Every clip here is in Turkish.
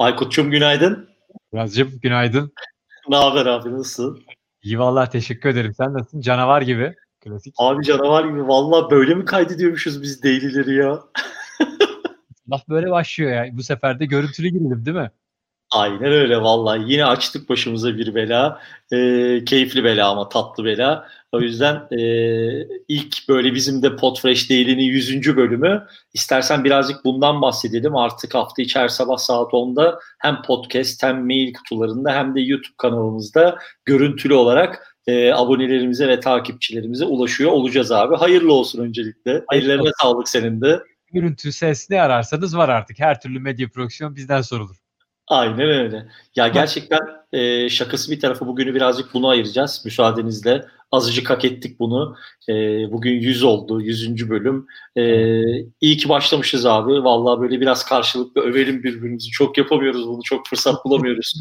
Aykut'cum günaydın. Murat'cığım günaydın. Ne haber abi, nasılsın? İyi vallahi teşekkür ederim. Sen nasılsın? Canavar gibi. Klasik. Abi canavar gibi. Vallahi böyle mi kaydediyormuşuz biz daily'leri ya? Laf böyle başlıyor ya. Bu sefer de görüntülü girelim değil mi? Aynen öyle vallahi. Yine açtık başımıza bir bela. Keyifli bela ama tatlı bela. O yüzden ilk böyle bizim de Podfresh Daily'nin 100. bölümü. İstersen birazcık bundan bahsedelim. Artık hafta içi her sabah saat 10'da hem podcast hem mail kutularında hem de YouTube kanalımızda görüntülü olarak abonelerimize ve takipçilerimize ulaşıyor olacağız abi. Hayırlı olsun öncelikle. Hayırlı Ellerine olsun. sağlık senin de. Görüntü, ses ne ararsanız var artık. Her türlü medya prodüksiyon bizden sorulur. Aynen öyle. Ya gerçekten şakası bir tarafa bugünü birazcık buna ayıracağız müsaadenizle. Azıcık hak ettik bunu. Bugün 100 oldu, 100. bölüm. İyi ki başlamışız abi. Vallahi böyle biraz karşılıklı övelim birbirimizi. Çok yapamıyoruz bunu, çok fırsat bulamıyoruz.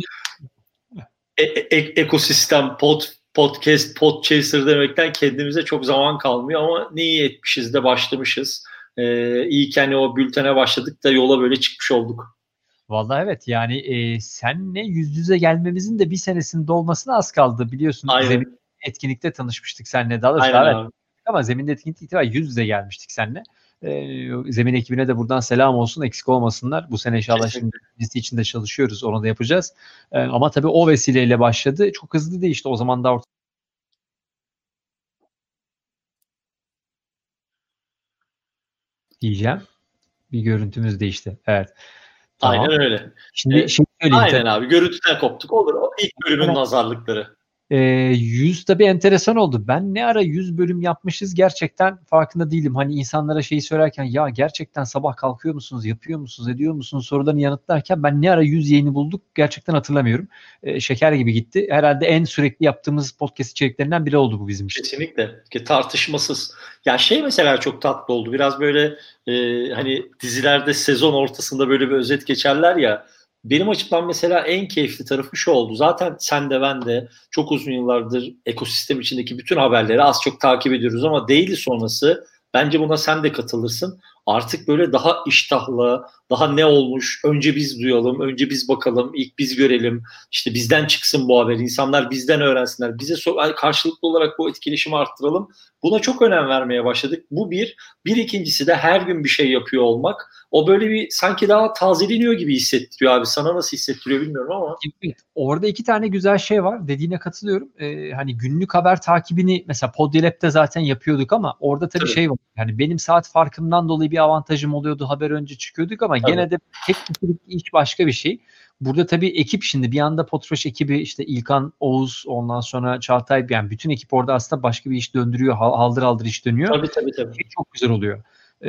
Ekosistem, podcast, podchaser demekten kendimize çok zaman kalmıyor ama ne iyi etmişiz de başlamışız. İyi ki hani o bültene başladık da yola böyle çıkmış olduk. Vallahi evet yani senle yüz yüze gelmemizin de bir senesinin dolmasına az kaldı. Biliyorsun Aynen. zemin etkinlikte tanışmıştık seninle. Daha doğrusu Aynen davet abi. ama zeminde etkinlikte itibariyle yüz yüze gelmiştik seninle. Zemin ekibine de buradan selam olsun, eksik olmasınlar. Bu sene inşallah şimdi liste için de çalışıyoruz, onu da yapacağız. Ama tabii o vesileyle başladı. Çok hızlı değişti. O zaman da diyeceğim. Bir görüntümüz değişti. Evet. Tamam. Aynen öyle. Şimdi şey söyleyeyim. Aynen abi. Görüntüden koptuk. Olur. O ilk bölümün nazarlıkları. 100 tabii enteresan oldu. Ben ne ara 100 bölüm yapmışız gerçekten farkında değilim. Hani insanlara şeyi söylerken ya gerçekten sabah kalkıyor musunuz, yapıyor musunuz, ediyor musunuz sorularını yanıtlarken ben ne ara 100 yayını bulduk gerçekten hatırlamıyorum. Şeker gibi gitti. Herhalde en sürekli yaptığımız podcast içeriklerinden biri oldu bu bizim için. Kesinlikle. Tartışmasız. Ya şey mesela çok tatlı oldu. Biraz böyle hani dizilerde sezon ortasında böyle bir özet geçerler ya. Benim açımdan mesela en keyifli tarafı şu oldu. Zaten sen de ben de çok uzun yıllardır ekosistem içindeki bütün haberleri az çok takip ediyoruz ama daily sonrası bence buna sen de katılırsın. Artık böyle daha iştahlı, daha ne olmuş, önce biz duyalım, önce biz bakalım, ilk biz görelim, işte bizden çıksın bu haber, insanlar bizden öğrensinler, bize karşılıklı olarak bu etkileşimi arttıralım. Buna çok önem vermeye başladık. Bu bir. Bir ikincisi de her gün bir şey yapıyor olmak. O böyle bir sanki daha tazeleniyor gibi hissettiriyor abi. Sana nasıl hissettiriyor bilmiyorum ama. Evet, orada iki tane güzel şey var. Dediğine katılıyorum. Hani günlük haber takibini mesela Podyelab'de zaten yapıyorduk ama orada tabii şey var. Yani benim saat farkımdan dolayı bir avantajım oluyordu. Haber önce çıkıyorduk ama gene de tek kişilik iş başka bir şey. Burada tabii ekip şimdi bir anda Podfresh ekibi işte İlkan, Oğuz, ondan sonra Çağatay, yani bütün ekip orada aslında başka bir iş döndürüyor. Haldır haldır iş dönüyor. Tabii. Çok güzel oluyor.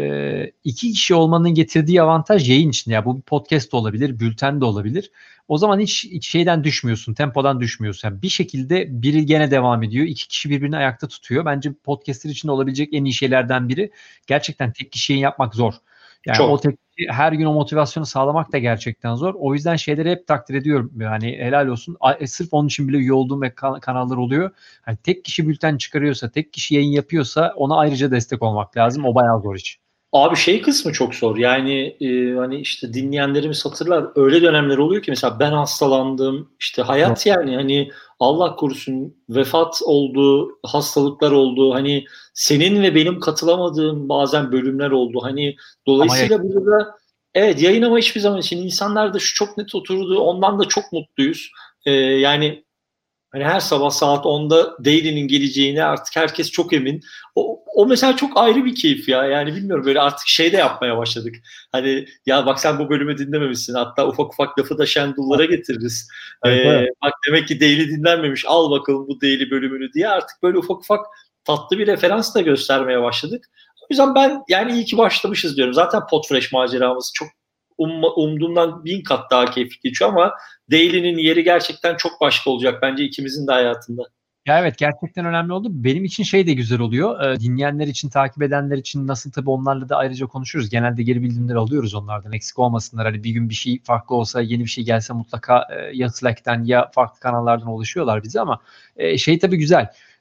İki kişi olmanın getirdiği avantaj yayın içinde. Yani bu bir podcast da olabilir, bülten de olabilir. O zaman hiç şeyden düşmüyorsun, tempodan düşmüyorsun. Yani bir şekilde biri gene devam ediyor. İki kişi birbirini ayakta tutuyor. Bence podcastler için olabilecek en iyi şeylerden biri. Gerçekten tek kişi yayın yapmak zor. Yani Çok. o tek kişi, her gün o motivasyonu sağlamak da gerçekten zor. O yüzden şeyleri hep takdir ediyorum. Yani helal olsun. Sırf onun için bile üye olduğum kanallar oluyor. Hani tek kişi bülten çıkarıyorsa, tek kişi yayın yapıyorsa ona ayrıca destek olmak lazım. O bayağı zor iş. Abi şey kısmı çok zor. Yani hani işte dinleyenlerimiz hatırlar. Öyle dönemler oluyor ki mesela ben hastalandım. İşte hayat yani hani Allah korusun vefat oldu, hastalıklar oldu. Hani senin ve benim katılamadığım bazen bölümler oldu. Hani dolayısıyla burada da evet yayın ama hiçbir zaman için insanlar da şu çok net oturdu. Ondan da çok mutluyuz. Yani hani her sabah saat 10'da Daily'nin geleceğine artık herkes çok emin. O mesela çok ayrı bir keyif ya. Yani bilmiyorum böyle artık şey de yapmaya başladık. Hani ya bak sen bu bölümü dinlememişsin. Hatta ufak ufak lafı da Şendullara getiririz. Evet. Bak demek ki Daily dinlenmemiş. Al bakalım bu Daily bölümünü diye artık böyle ufak ufak tatlı bir referans da göstermeye başladık. O yüzden ben yani iyi ki başlamışız diyorum. Zaten Podfresh maceramız çok umduğumdan 1000 kat daha keyifli geçiyor ama Daily'nin yeri gerçekten çok başka olacak bence ikimizin de hayatında. Ya evet, gerçekten önemli oldu. Benim için şey de güzel oluyor. Dinleyenler için, takip edenler için nasıl, tabii onlarla da ayrıca konuşuruz. Genelde geri bildirimleri alıyoruz onlardan. Eksik olmasınlar. Hani bir gün bir şey farklı olsa, yeni bir şey gelse mutlaka ya Slack'ten ya farklı kanallardan ulaşıyorlar bize ama şey tabii güzel.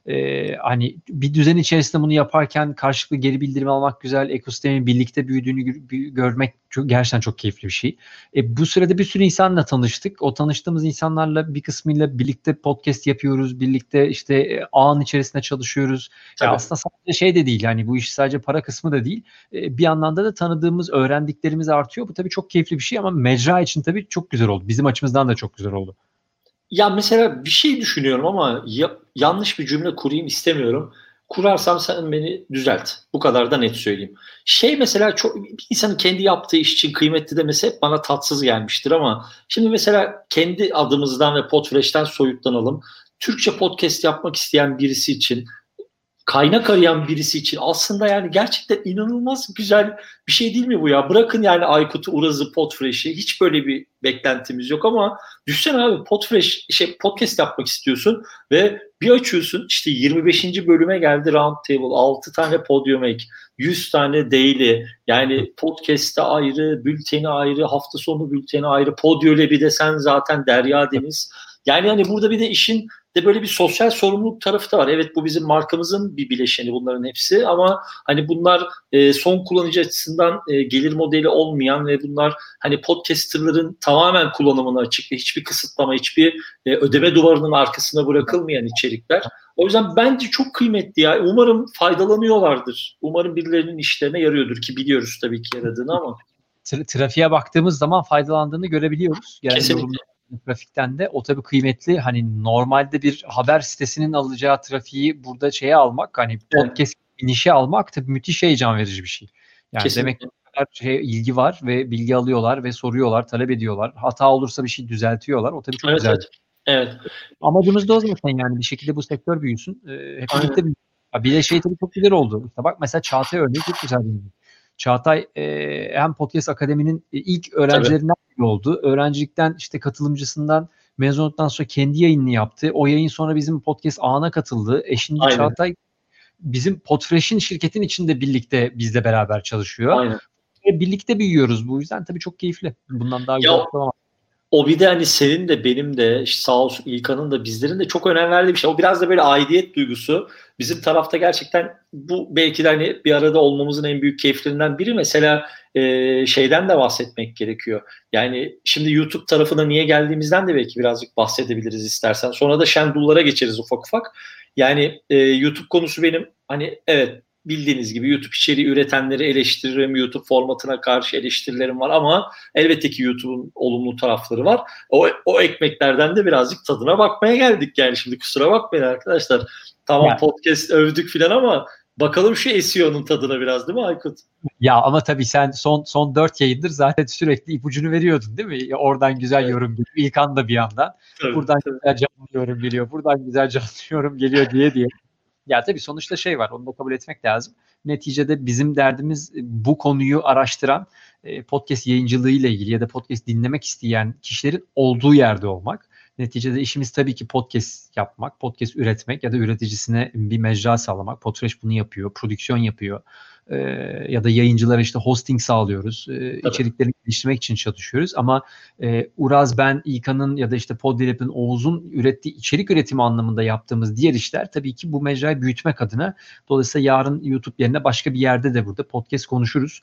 Hani bir düzen içerisinde bunu yaparken karşılıklı geri bildirim almak güzel, ekosistemin birlikte büyüdüğünü görmek gerçekten çok keyifli bir şey. Bu sürede bir sürü insanla tanıştık. O tanıştığımız insanlarla bir kısmıyla birlikte podcast yapıyoruz, birlikte işte ağın içerisinde çalışıyoruz. Aslında sadece şey de değil, hani bu iş sadece para kısmı da değil. Bir yandan da tanıdığımız, öğrendiklerimiz artıyor. Bu tabii çok keyifli bir şey ama mecra için tabii çok güzel oldu. Bizim açımızdan da çok güzel oldu. Ya mesela bir şey düşünüyorum ama yanlış bir cümle kurayım istemiyorum. Kurarsam sen beni düzelt. Bu kadar da net söyleyeyim. Mesela bir insanın kendi yaptığı iş için kıymetli demesi hep bana tatsız gelmiştir ama şimdi mesela kendi adımızdan ve Podfresh'ten soyutlanalım. Türkçe podcast yapmak isteyen birisi için, kaynak arayan birisi için aslında yani gerçekten inanılmaz güzel bir şey değil mi bu ya? Bırakın yani Aykut'u, Uraz'ı, Podfresh'i, hiç böyle bir beklentimiz yok ama düşünsene abi, podcast yapmak istiyorsun ve bir açıyorsun, işte 25. bölüme geldi Roundtable, 6 tane Podium Ek, 100 tane daily, yani podcast'te ayrı, bülteni ayrı, hafta sonu bülteni ayrı, Podio'le bir de sen zaten Derya Deniz. Yani hani burada bir de işin de böyle bir sosyal sorumluluk tarafı da var. Evet, bu bizim markamızın bir bileşeni bunların hepsi ama hani bunlar son kullanıcı açısından gelir modeli olmayan ve bunlar hani podcasterların tamamen kullanımına açık ve hiçbir kısıtlama, hiçbir ödeme duvarının arkasına bırakılmayan içerikler. O yüzden bence çok kıymetli ya. Umarım faydalanıyorlardır. Umarım birilerinin işlerine yarıyordur ki biliyoruz tabii ki yaradığını ama. Trafiğe baktığımız zaman faydalandığını görebiliyoruz. Yani Kesinlikle. trafikten de o tabii kıymetli. Hani normalde bir haber sitesinin alacağı trafiği burada almak, hani podcast nişe almak tabii müthiş heyecan verici bir şey. Yani Kesinlikle. demek ki ilgi var ve bilgi alıyorlar ve soruyorlar, talep ediyorlar. Hata olursa bir şey düzeltiyorlar. O tabii çok güzel. Evet. Amacımız da o zaten, yani bir şekilde bu sektör büyüsün. Hep birlikte büyüsün. Bir de tabii çok güzel oldu. İşte bak mesela Çağatay örneği çok güzel bir örnek. Çağatay hem Podcast Akademi'nin ilk öğrencilerinden biri oldu. Öğrencilikten işte katılımcısından mezun olduktan sonra kendi yayınını yaptı. O yayın sonra bizim podcast ağına katıldı. Şimdi Çağatay bizim Podfresh'in şirketin içinde birlikte bizle beraber çalışıyor. Aynen. Ve birlikte büyüyoruz. Bu yüzden tabii çok keyifli. Bundan daha güzel olamaz. O bir de hani senin de benim de işte sağ olsun İlkan'ın da bizlerin de çok önem verdiği bir şey. O biraz da böyle aidiyet duygusu. Bizim tarafta gerçekten bu belki de hani bir arada olmamızın en büyük keyiflerinden biri. Mesela şeyden de bahsetmek gerekiyor. Yani şimdi YouTube tarafına niye geldiğimizden de belki birazcık bahsedebiliriz istersen. Sonra da Şendullara geçeriz ufak ufak. Yani YouTube konusu benim hani evet, bildiğiniz gibi YouTube içeriği üretenleri eleştiririm. YouTube formatına karşı eleştirilerim var ama elbette ki YouTube'un olumlu tarafları var. O ekmeklerden de birazcık tadına bakmaya geldik yani. Şimdi kusura bakmayın arkadaşlar. Tamam yani, podcast övdük filan ama bakalım şu SEO'nun tadına biraz, değil mi Aykut? Ya ama tabii sen son 4 yayındır zaten sürekli ipucunu veriyordun değil mi? Oradan güzel yorum geliyor. İlkan da bir yandan. Buradan güzel canlı yorum geliyor. Buradan güzel canlı yorum geliyor diye. Ya tabii sonuçta var, onu da kabul etmek lazım. Neticede bizim derdimiz bu konuyu araştıran, podcast yayıncılığı ile ilgili ya da podcast dinlemek isteyen kişilerin olduğu yerde olmak. Neticede işimiz tabii ki podcast yapmak, podcast üretmek ya da üreticisine bir mecra sağlamak. Podfresh bunu yapıyor, prodüksiyon yapıyor. Ya da yayıncılara işte hosting sağlıyoruz. İçerikleri geliştirmek için çalışıyoruz. Ama Uraz, ben, İlkan'ın ya da işte Podyap'ın, Oğuz'un ürettiği içerik üretimi anlamında yaptığımız diğer işler tabii ki bu mecrayı büyütmek adına. Dolayısıyla yarın YouTube yerine başka bir yerde de burada podcast konuşuruz.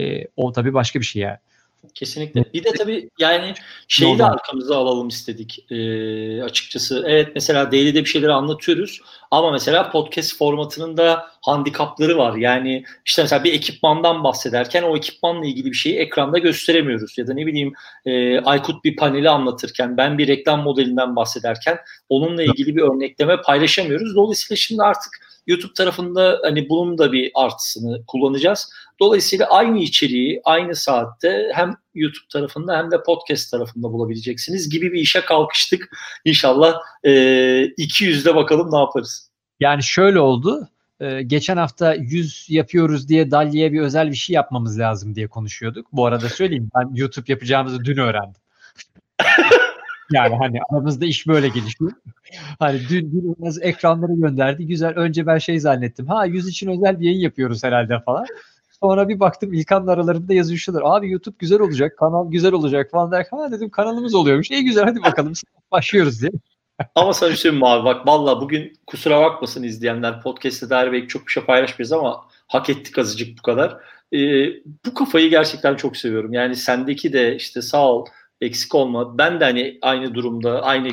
O tabii başka bir şey yani. Kesinlikle. Bir de tabii yani şeyi de arkamıza alalım istedik açıkçası. Evet, mesela Daily'de bir şeyleri anlatıyoruz ama mesela podcast formatının da handikapları var. Yani işte mesela bir ekipmandan bahsederken o ekipmanla ilgili bir şeyi ekranda gösteremiyoruz. Ya da ne bileyim Aykut bir paneli anlatırken, ben bir reklam modelinden bahsederken onunla ilgili bir örnekleme paylaşamıyoruz. Dolayısıyla şimdi artık YouTube tarafında hani bunun da bir artısını kullanacağız. Dolayısıyla aynı içeriği aynı saatte hem YouTube tarafında hem de podcast tarafında bulabileceksiniz gibi bir işe kalkıştık. İnşallah 200'de bakalım ne yaparız. Yani şöyle oldu. Geçen hafta 100 yapıyoruz diye Dalli'ye bir özel bir şey yapmamız lazım diye konuşuyorduk. Bu arada söyleyeyim, ben YouTube yapacağımızı dün öğrendim. Yani hani aramızda iş böyle gelişiyor. Hani dün ekranları gönderdi. Güzel. Önce ben zannettim. 100 için özel bir yayın yapıyoruz herhalde falan. Sonra bir baktım İlkan'la aralarında yazışıyorlar. Abi YouTube güzel olacak, kanal güzel olacak falan derken dedim kanalımız oluyormuş. Güzel, hadi bakalım başlıyoruz diye. Ama sana bir şey söyleyeyim mi abi? Bak valla bugün kusura bakmasın izleyenler. Podcast'te dair belki çok bir şey paylaşmayız ama hak ettik azıcık bu kadar. Bu kafayı gerçekten çok seviyorum. Yani sendeki de işte sağ ol eksik olma. Ben de hani aynı durumda, aynı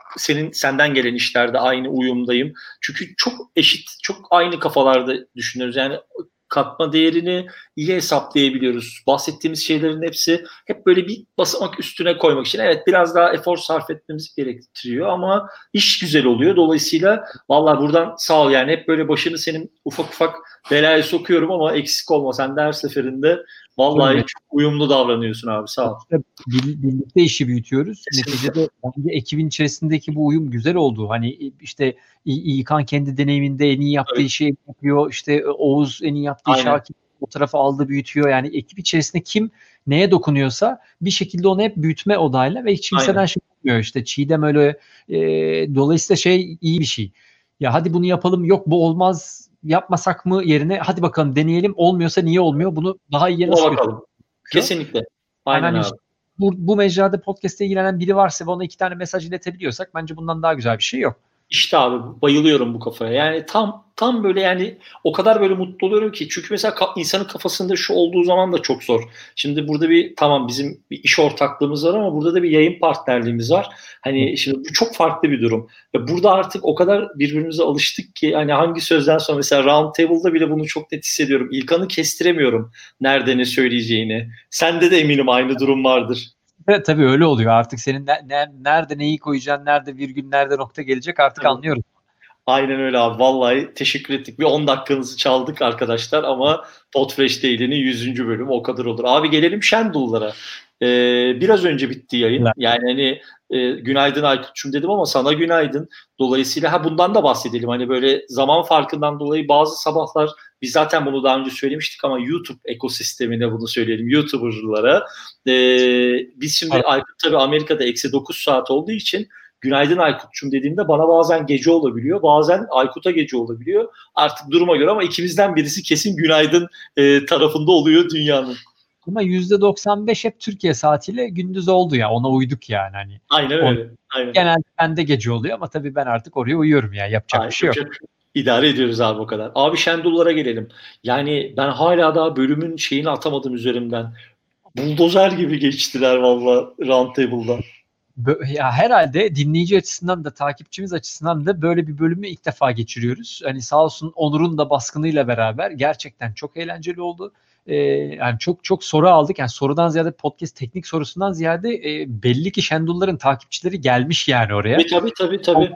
senden gelen işlerde aynı uyumdayım. Çünkü çok eşit, çok aynı kafalarda düşünüyoruz. Yani katma değerini iyi hesaplayabiliyoruz. Bahsettiğimiz şeylerin hepsi hep böyle bir basamak üstüne koymak için. Evet biraz daha efor sarf etmemiz gerektiriyor ama iş güzel oluyor. Dolayısıyla vallahi buradan sağ ol yani hep böyle başını senin ufak ufak belaya sokuyorum ama eksik olma. Sen de her seferinde vallahi çok uyumlu davranıyorsun abi sağ ol. Birlikte işi büyütüyoruz. Kesinlikle. Neticede bence ekibin içerisindeki bu uyum güzel oldu. Hani işte İlkan kendi deneyiminde en iyi yaptığı Evet. işi yapıyor. İşte Oğuz en iyi yaptığı işi Aynen. o tarafa aldı büyütüyor. Yani ekip içerisinde kim neye dokunuyorsa bir şekilde onu hep büyütme odayla ve hiç kimseden Aynen. şey yapmıyor. İşte Çiğdem öyle dolayısıyla iyi bir şey. Ya hadi bunu yapalım yok bu olmaz yapmasak mı yerine hadi bakalım deneyelim olmuyorsa niye olmuyor bunu daha iyiye Buna nasıl bakalım. götürüyor? Kesinlikle. Yani Aynen hani abi. bu mecrada podcast'te ilgilenen biri varsa ve ona 2 tane mesaj iletebiliyorsak bence bundan daha güzel bir şey yok. İşte abi bayılıyorum bu kafaya. Yani tam böyle yani o kadar böyle mutlu oluyorum ki. Çünkü mesela insanın kafasında şu olduğu zaman da çok zor. Şimdi burada tamam bizim bir iş ortaklığımız var ama burada da bir yayın partnerliğimiz var. Hani şimdi bu çok farklı bir durum. Ve burada artık o kadar birbirimize alıştık ki hani hangi sözden sonra mesela Round Table'da bile bunu çok net hissediyorum. İlkan'ı kestiremiyorum nerede ne söyleyeceğini. Sende de eminim aynı durum vardır. Evet, tabii öyle oluyor. Artık senin nerede neyi koyacaksın, nerede virgül, nerede nokta gelecek artık Tabii. anlıyoruz. Aynen öyle abi. Vallahi teşekkür ettik. Bir 10 dakikanızı çaldık arkadaşlar ama Podfresh Daily'nin 100. bölümü o kadar olur. Abi gelelim Şendul'lara. Biraz önce bitti yayın. Yani hani günaydın Aykut'cum dedim ama sana günaydın. Dolayısıyla bundan da bahsedelim. Hani böyle zaman farkından dolayı bazı sabahlar biz zaten bunu daha önce söylemiştik ama YouTube ekosistemine bunu söyleyelim. YouTuber'lara. Biz şimdi Aykut tabii Amerika'da -9 saat olduğu için günaydın Aykut'cum dediğimde bana bazen gece olabiliyor. Bazen Aykut'a gece olabiliyor. Artık duruma göre ama ikimizden birisi kesin günaydın tarafında oluyor dünyanın. Ama %95 hep Türkiye saatiyle gündüz oldu ya. Ona uyduk yani. Hani Aynen öyle. Aynen. genelde bende gece oluyor ama tabii ben artık oraya uyuyorum ya. Yapacak bir şey yok. İdare ediyoruz abi o kadar. Abi Şendul'lara gelelim. Yani ben hala daha bölümün şeyini atamadım üzerimden. Buldozer gibi geçtiler valla Roundtable'da. Ya herhalde dinleyici açısından da takipçimiz açısından da böyle bir bölümü ilk defa geçiriyoruz. Hani sağ olsun Onur'un da baskınıyla beraber gerçekten çok eğlenceli oldu. Yani çok çok soru aldık. Yani sorudan ziyade podcast teknik sorusundan ziyade belli ki Şendulların takipçileri gelmiş yani oraya. Tabii.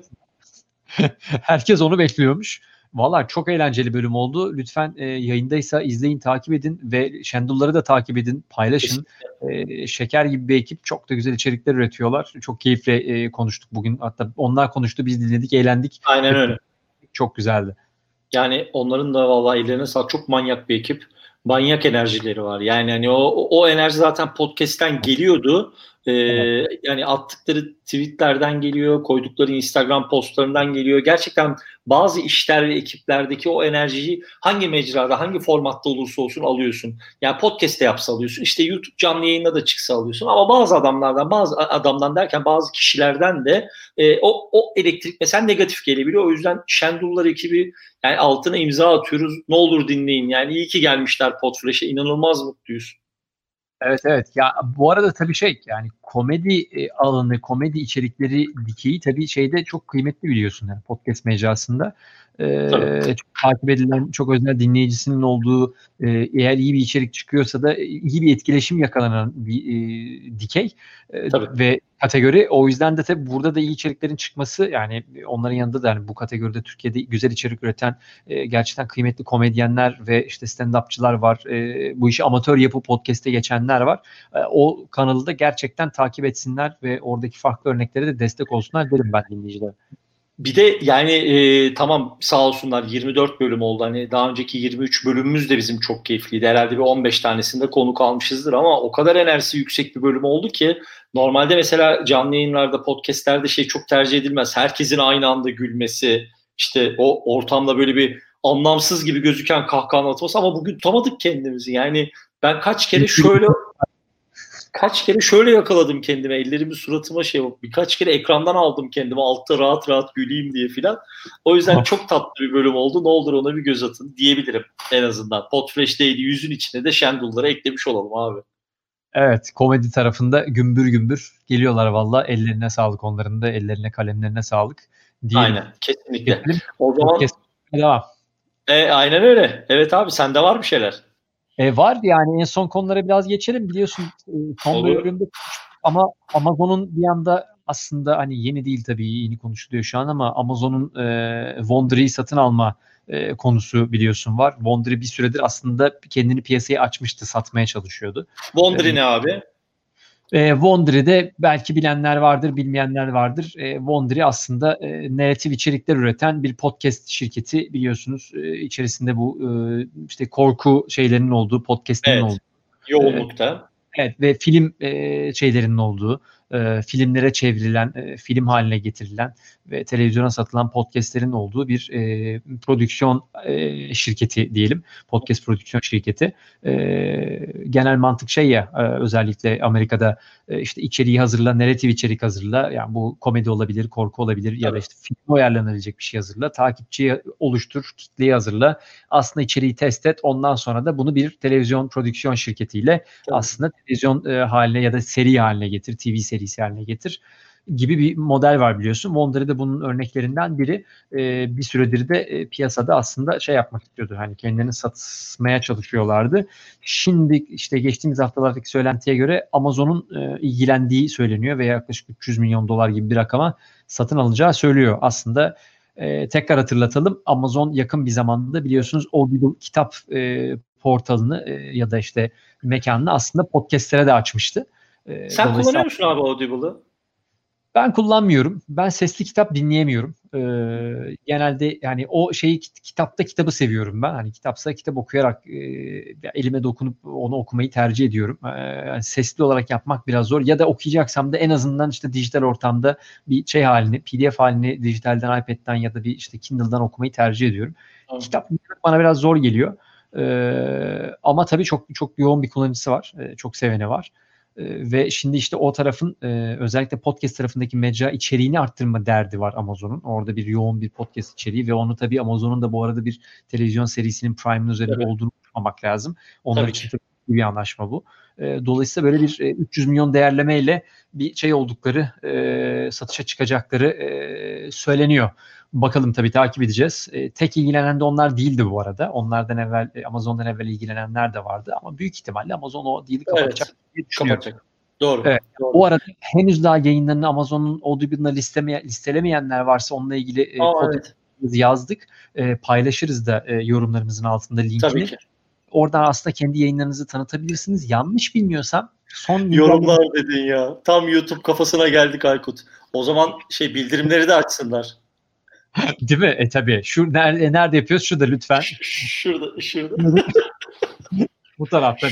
Herkes onu bekliyormuş. Valla çok eğlenceli bölüm oldu. Lütfen yayındaysa izleyin, takip edin ve Şendulları da takip edin, paylaşın. Şeker gibi bir ekip çok da güzel içerikler üretiyorlar. Çok keyifle konuştuk bugün. Hatta onlar konuştu, biz dinledik, eğlendik. Aynen öyle. Çok güzeldi. Yani onların da vallahi ellerine sağlık. Çok manyak bir ekip. Manyak enerjileri var. Yani hani o enerji zaten podcast'ten geliyordu. Yani attıkları tweetlerden geliyor, koydukları Instagram postlarından geliyor. Gerçekten bazı işler ve ekiplerdeki o enerjiyi hangi mecrada, hangi formatta olursa olsun alıyorsun. Yani podcast'te yapsa alıyorsun. İşte YouTube canlı yayında da çıksa alıyorsun. Ama bazı adamdan derken bazı kişilerden de o elektrik mesela negatif gelebiliyor. O yüzden Şendullar ekibi yani altına imza atıyoruz. Ne olur dinleyin. Yani iyi ki gelmişler Podfresh'e. İnanılmaz mutluyuz. Evet. Ya bu arada tabii yani komedi alanı, komedi içerikleri dikeyi tabii çok kıymetli biliyorsun yani podcast mecrasında. Çok takip edilen, çok özel dinleyicisinin olduğu, eğer iyi bir içerik çıkıyorsa da iyi bir etkileşim yakalanan bir dikey ve kategori. O yüzden de tabii burada da iyi içeriklerin çıkması yani onların yanında da yani bu kategoride Türkiye'de güzel içerik üreten gerçekten kıymetli komedyenler ve işte stand-upçılar var. Bu işi amatör yapıp podcast'e geçenler var. O kanalı da gerçekten takip etsinler ve oradaki farklı örneklere de destek olsunlar derim ben dinleyicilere. Bir de yani tamam sağ olsunlar 24 bölüm oldu. Hani daha önceki 23 bölümümüz de bizim çok keyifliydi. Herhalde bir 15 tanesinde konuk almışızdır ama o kadar enerjisi yüksek bir bölüm oldu ki normalde mesela canlı yayınlarda, podcastlerde çok tercih edilmez. Herkesin aynı anda gülmesi, işte o ortamda böyle bir anlamsız gibi gözüken kahkaha atması ama bugün tutamadık kendimizi. Yani ben kaç kere şöyle Kaç kere şöyle yakaladım kendime, ellerimi suratıma birkaç kere ekrandan aldım kendimi altta rahat rahat güleyim diye filan. O yüzden çok tatlı bir bölüm oldu. Ne olur ona bir göz atın diyebilirim en azından. Podfresh Daily 100'ün içine de Şendul'ları eklemiş olalım abi. Evet, komedi tarafında gümbür gümbür geliyorlar valla. Ellerine sağlık onların da. Ellerine kalemlerine sağlık diyelim. Aynen, kesinlikle. Geçelim. O zaman devam. Aynen öyle. Evet abi, sende var bir şeyler. Var yani en son konulara biraz geçelim. Biliyorsun son Olur. bölümde ama Amazon'un bir anda aslında hani yeni değil tabii, yeni konuşuluyor şu an ama Amazon'un Wondery'i satın alma konusu biliyorsun var. Wondery bir süredir aslında kendini piyasaya açmıştı, satmaya çalışıyordu. Wondery ne abi? Wondery'de belki bilenler vardır, bilmeyenler vardır. Wondery aslında narratif içerikler üreten bir podcast şirketi biliyorsunuz. İçerisinde bu işte korku şeylerinin olduğu, podcast'inin olduğu. Yoğunlukta. Evet ve film şeylerinin olduğu, filmlere çevrilen, film haline getirilen ve televizyona satılan podcastlerin olduğu bir prodüksiyon şirketi diyelim. Podcast prodüksiyon şirketi. Genel mantık şey ya, özellikle Amerika'da işte içeriği hazırla, narratif içerik hazırla. Yani bu komedi olabilir, korku olabilir ya da işte film uyarlanabilecek bir şey hazırla. Takipçiyi oluştur, kitleyi hazırla. Aslında içeriği test et. Ondan sonra da bunu bir televizyon prodüksiyon şirketiyle aslında televizyon haline ya da seri haline getir, TV serisi haline getir gibi bir model var biliyorsun. Wondery de bunun örneklerinden biri. Bir süredir de piyasada aslında şey yapmak istiyordu. Hani kendilerini satmaya çalışıyorlardı. Şimdi işte geçtiğimiz haftalardaki söylentiye göre Amazon'un ilgilendiği söyleniyor ve yaklaşık 300 milyon dolar gibi bir rakama satın alacağı söylüyor. Aslında tekrar hatırlatalım. Amazon yakın bir zamanda biliyorsunuz Audible kitap portalını ya da işte mekanını aslında podcastlere de açmıştı. Sen kullanıyor musun abi Audible'ı? Ben kullanmıyorum. Ben sesli kitap dinleyemiyorum. Genelde yani o şeyi kitabı seviyorum ben. Hani kitapsa kitap okuyarak elime dokunup onu okumayı tercih ediyorum. Yani sesli olarak yapmak biraz zor. Ya da okuyacaksam da en azından işte dijital ortamda bir şey halini, PDF halini dijitalden, iPad'den ya da bir işte Kindle'dan okumayı tercih ediyorum. Kitap bana biraz zor geliyor. Ama tabii çok çok yoğun bir kullanıcısı var. Çok seveni var. Ve şimdi işte o tarafın özellikle podcast tarafındaki mecra içeriğini arttırma derdi var Amazon'un. Orada bir yoğun bir podcast içeriği ve onu tabii Amazon'un da bu arada bir televizyon serisinin Prime'ın üzerinde olduğunu unutmamak lazım. Onlar için tabii bir anlaşma bu. Dolayısıyla böyle bir 300 milyon değerlemeyle bir şey oldukları, satışa çıkacakları söyleniyor. Bakalım tabii, takip edeceğiz. Tek ilgilenen de onlar değildi bu arada. Onlardan evvel, Amazon'dan evvel ilgilenenler de vardı ama büyük ihtimalle Amazon o deal'i kapatacak diye düşünüyorum. Doğru. Evet. Doğru. Bu arada henüz daha yayınlarını Amazon'un Audible'ına listelemeyenler varsa onunla ilgili yazdık. Paylaşırız da yorumlarımızın altında linkini. Tabii ki. Oradan aslında kendi yayınlarınızı tanıtabilirsiniz. Yanlış bilmiyorsam son yorumlar dedin ya. Tam YouTube kafasına geldik Aykut. O zaman bildirimleri de açsınlar. Değil mi? Tabii. Şu nerede yapıyoruz? Şurada lütfen. Şurada. Bu tarafta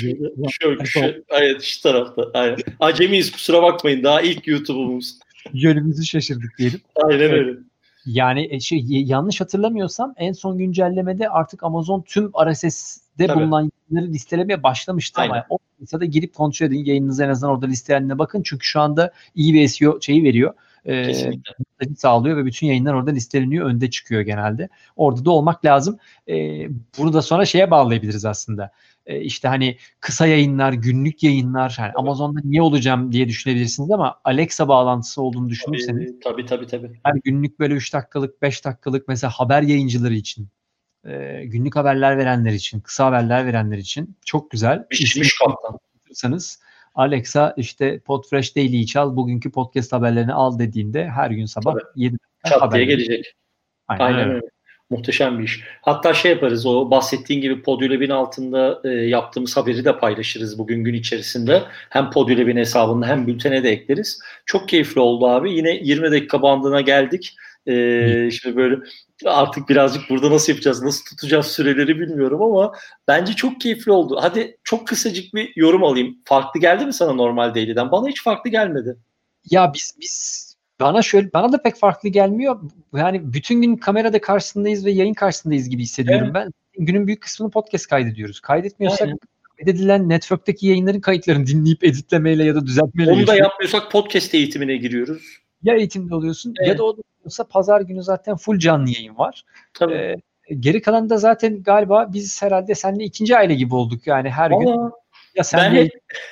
evet, şu tarafta. Aynen. Acemiyiz, kusura bakmayın. Daha ilk YouTube'umuz. Yönümüzü şaşırdık diyelim. Aynen öyle. Yani yanlış hatırlamıyorsam en son güncellemede artık Amazon tüm RSS'de bulunan yayınları listelemeye başlamıştı. Aynen. Ama o listada girip kontrol edin. Yayınınızı en azından orada listelenene bakın. Çünkü şu anda iyi bir SEO veriyor. Kesinlikle. Sağlıyor ve bütün yayınlar orada listeleniyor. Önde çıkıyor genelde. Orada da olmak lazım. Bunu da sonra şeye bağlayabiliriz aslında. İşte hani kısa yayınlar, günlük yayınlar, yani Amazon'da niye olacağım diye düşünebilirsiniz ama Alexa bağlantısı olduğunu düşünürseniz tabii. her günlük böyle 3 dakikalık, 5 dakikalık mesela haber yayıncıları için, günlük haberler verenler için, kısa haberler verenler için çok güzel. Pişmiş kaptan. Alexa işte Podfresh Daily'yi çal, bugünkü podcast haberlerini al dediğinde her gün sabah 7 çat diye gelecek. Aynen öyle. Muhteşem bir iş. Hatta yaparız, o bahsettiğin gibi Podyolab'in altında yaptığımız haberi de paylaşırız bugün gün içerisinde. Hem Podyolab'in hesabında hem bültene de ekleriz. Çok keyifli oldu abi. Yine 20 dakika bandına geldik. Şimdi böyle artık birazcık burada nasıl yapacağız, nasıl tutacağız süreleri bilmiyorum ama bence çok keyifli oldu. Hadi çok kısacık bir yorum alayım. Farklı geldi mi sana normal Daily'den? Bana hiç farklı gelmedi. Ya biz bana da pek farklı gelmiyor. Yani bütün gün kamerada karşısındayız ve yayın karşısındayız gibi hissediyorum ben. Günün büyük kısmını podcast kaydediyoruz. Kaydetmiyorsak kaydedilen network'teki yayınların kayıtlarını dinleyip editlemeyle ya da düzeltmeyle Onu da geçiyor. yapmıyorsak podcast eğitimine giriyoruz. Ya eğitimde oluyorsun Evet. ya da o da olsa pazar günü zaten full canlı yayın var. Tabii. Geri kalan da zaten galiba biz herhalde seninle ikinci aile gibi olduk yani her gün. Ya senle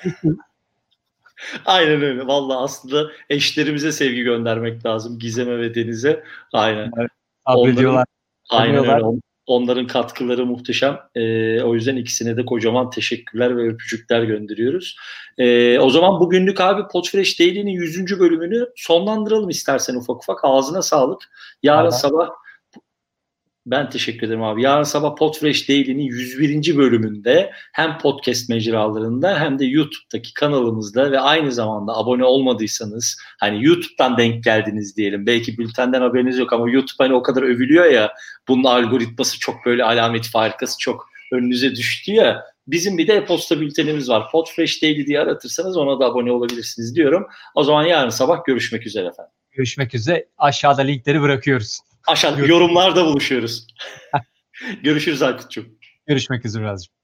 Aynen öyle. Vallahi aslında eşlerimize sevgi göndermek lazım. Gizem'e ve Deniz'e. Aynen. Sabrediyorlar. Aynen öyle. Onların katkıları muhteşem. O yüzden ikisine de kocaman teşekkürler ve öpücükler gönderiyoruz. O zaman bugünlük abi Podfresh Daily'nin 100. bölümünü sonlandıralım istersen ufak ufak. Ağzına sağlık. Yarın sabah ben teşekkür ederim abi. Yarın sabah Podfresh Daily'nin 101. bölümünde hem podcast mecralarında hem de YouTube'daki kanalımızda ve aynı zamanda abone olmadıysanız hani YouTube'dan denk geldiniz diyelim. Belki bültenden haberiniz yok ama YouTube hani o kadar övülüyor ya, bunun algoritması çok böyle alamet farikası çok önünüze düştü ya. Bizim bir de e-posta bültenimiz var. Podfresh Daily diye aratırsanız ona da abone olabilirsiniz diyorum. O zaman yarın sabah görüşmek üzere efendim. Görüşmek üzere. Aşağıda linkleri bırakıyoruz. Aşağıda yorumlarda buluşuyoruz. Görüşürüz Aykut'cum. Görüşmek üzere Razcığım.